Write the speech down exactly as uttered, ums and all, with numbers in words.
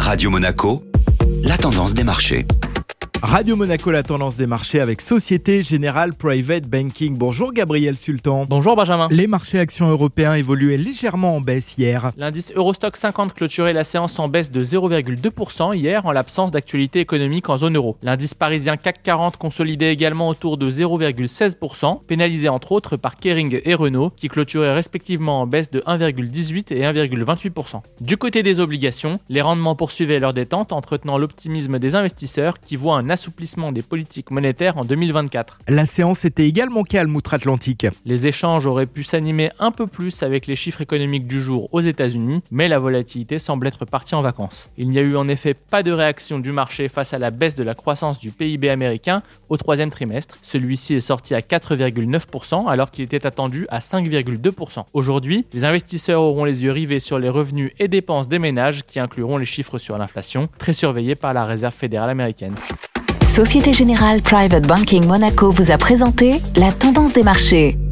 Radio Monaco, la tendance des marchés. Radio Monaco, la tendance des marchés avec Société Générale Private Banking. Bonjour Gabriel Sultan. Bonjour Benjamin. Les marchés actions européens évoluaient légèrement en baisse hier. L'indice Eurostock cinquante clôturait la séance en baisse de zéro virgule deux pour cent hier en l'absence d'actualité économique en zone euro. L'indice parisien C A C quarante consolidait également autour de zéro virgule seize pour cent, pénalisé entre autres par Kering et Renault qui clôturaient respectivement en baisse de un virgule dix-huit et un virgule vingt-huit pour cent. Du côté des obligations, les rendements poursuivaient leur détente entretenant l'optimisme des investisseurs qui voient un assouplissement des politiques monétaires en deux mille vingt-quatre. La séance était également calme outre-Atlantique. Les échanges auraient pu s'animer un peu plus avec les chiffres économiques du jour aux États-Unis, mais la volatilité semble être partie en vacances. Il n'y a eu en effet pas de réaction du marché face à la baisse de la croissance du P I B américain au troisième trimestre. Celui-ci est sorti à quatre virgule neuf pour cent alors qu'il était attendu à cinq virgule deux pour cent. Aujourd'hui, les investisseurs auront les yeux rivés sur les revenus et dépenses des ménages qui incluront les chiffres sur l'inflation, très surveillés par la Réserve fédérale américaine. Société Générale Private Banking Monaco vous a présenté la tendance des marchés.